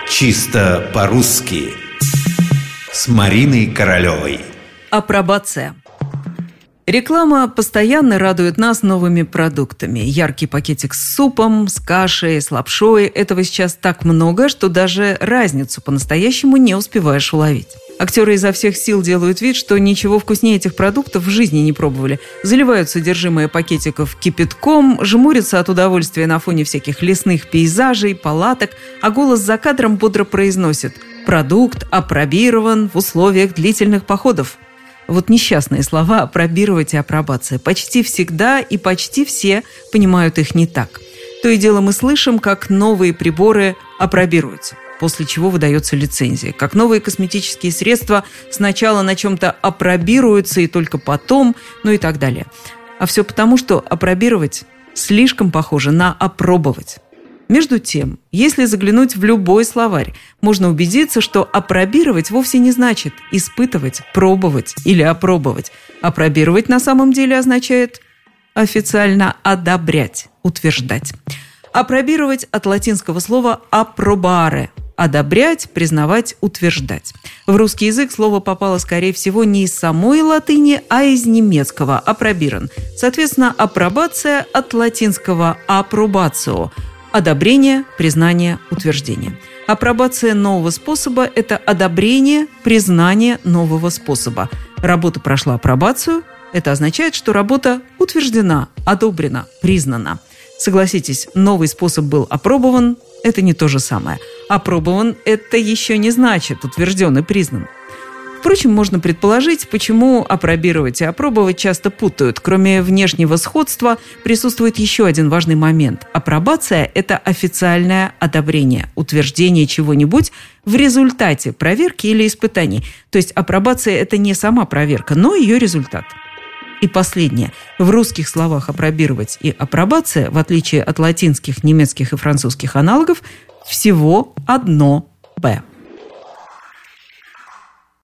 Чисто по-русски с Мариной Королевой. Апробация. Реклама постоянно радует нас новыми продуктами. Яркий пакетик с супом, с кашей, с лапшой. Этого сейчас так много, что даже разницу по-настоящему не успеваешь уловить. Актеры изо всех сил делают вид, что ничего вкуснее этих продуктов в жизни не пробовали. Заливают содержимое пакетиков кипятком, жмурятся от удовольствия на фоне всяких лесных пейзажей, палаток, а голос за кадром бодро произносит: «Продукт апробирован в условиях длительных походов». Вот несчастные слова «апробировать» и «апробация». Почти всегда и почти все понимают их не так. То и дело мы слышим, как новые приборы апробируются, после чего выдается лицензия, как новые косметические средства сначала на чем-то апробируются и только потом, ну и так далее. А все потому, что апробировать слишком похоже на опробовать. Между тем, если заглянуть в любой словарь, можно убедиться, что апробировать вовсе не значит испытывать, пробовать или опробовать. Апробировать на самом деле означает официально одобрять, утверждать. Апробировать от латинского слова «апробаре» – одобрять, признавать, утверждать. В русский язык слово попало, скорее всего, не из самой латыни, а из немецкого «апробирен». Соответственно, апробация от латинского «апробацио» – одобрение, признание, утверждение. Апробация нового способа – это одобрение, признание нового способа. Работа прошла апробацию – это означает, что работа утверждена, одобрена, признана. Согласитесь, новый способ был опробован – это не то же самое. Опробован – это еще не значит утвержден и признан. Впрочем, можно предположить, почему апробировать и опробовать часто путают. Кроме внешнего сходства, присутствует еще один важный момент. Апробация – это официальное одобрение, утверждение чего-нибудь в результате проверки или испытаний. То есть апробация – это не сама проверка, но ее результат. И последнее. В русских словах «апробировать» и «апробация», в отличие от латинских, немецких и французских аналогов, всего одно «п».